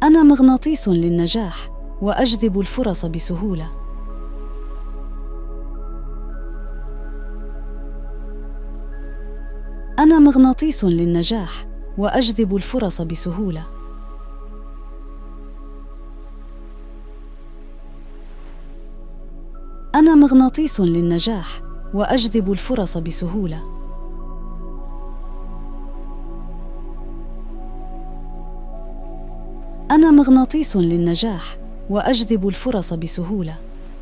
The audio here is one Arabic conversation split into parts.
أنا مغناطيس للنجاح وأجذب الفرص بسهولة. أنا مغناطيس للنجاح وأجذب الفرص بسهولة. أنا مغناطيس للنجاح وأجذب الفرص بسهولة. أنا مغناطيس للنجاح وأجذب الفرص بسهولة.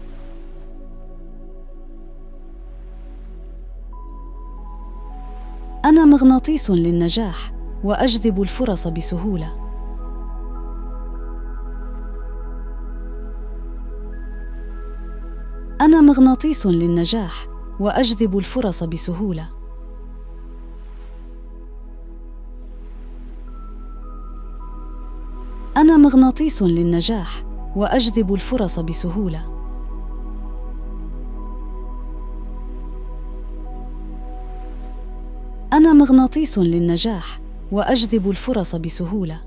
أنا مغناطيس للنجاح وأجذب الفرص بسهولة. أنا مغناطيس للنجاح وأجذب الفرص بسهولة. أنا مغناطيس للنجاح وأجذب الفرص بسهولة. أنا مغناطيس للنجاح وأجذب الفرص بسهولة.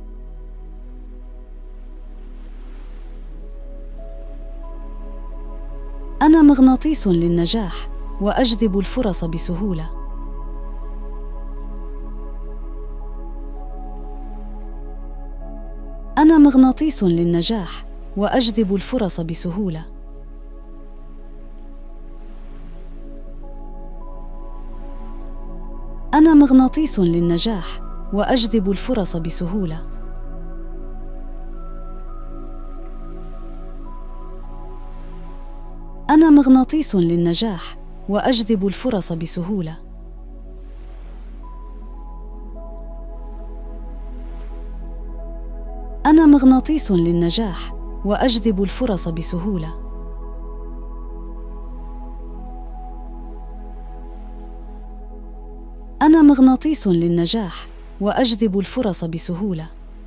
أنا مغناطيس للنجاح وأجذب الفرص بسهولة. أنا مغناطيس للنجاح وأجذب الفرص بسهولة. أنا مغناطيس للنجاح وأجذب الفرص بسهولة. أنا مغناطيس للنجاح وأجذب الفرص بسهولة. أنا مغناطيس للنجاح وأجذب الفرص بسهولة. أنا مغناطيس للنجاح وأجذب الفرص بسهولة.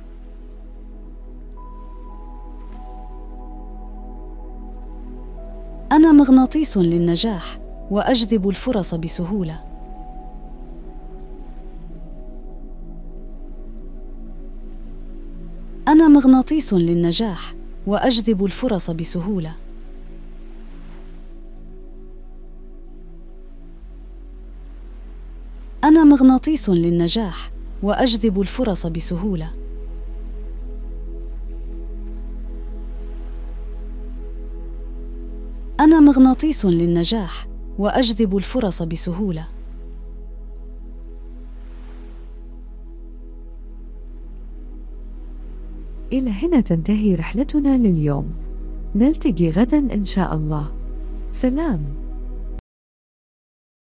أنا مغناطيس للنجاح وأجذب الفرص بسهولة. أنا مغناطيس للنجاح وأجذب الفرص بسهولة. أنا مغناطيس للنجاح وأجذب الفرص بسهولة. أنا مغناطيس للنجاح وأجذب الفرص بسهولة. إلى هنا تنتهي رحلتنا لليوم. نلتقي غدا إن شاء الله. سلام.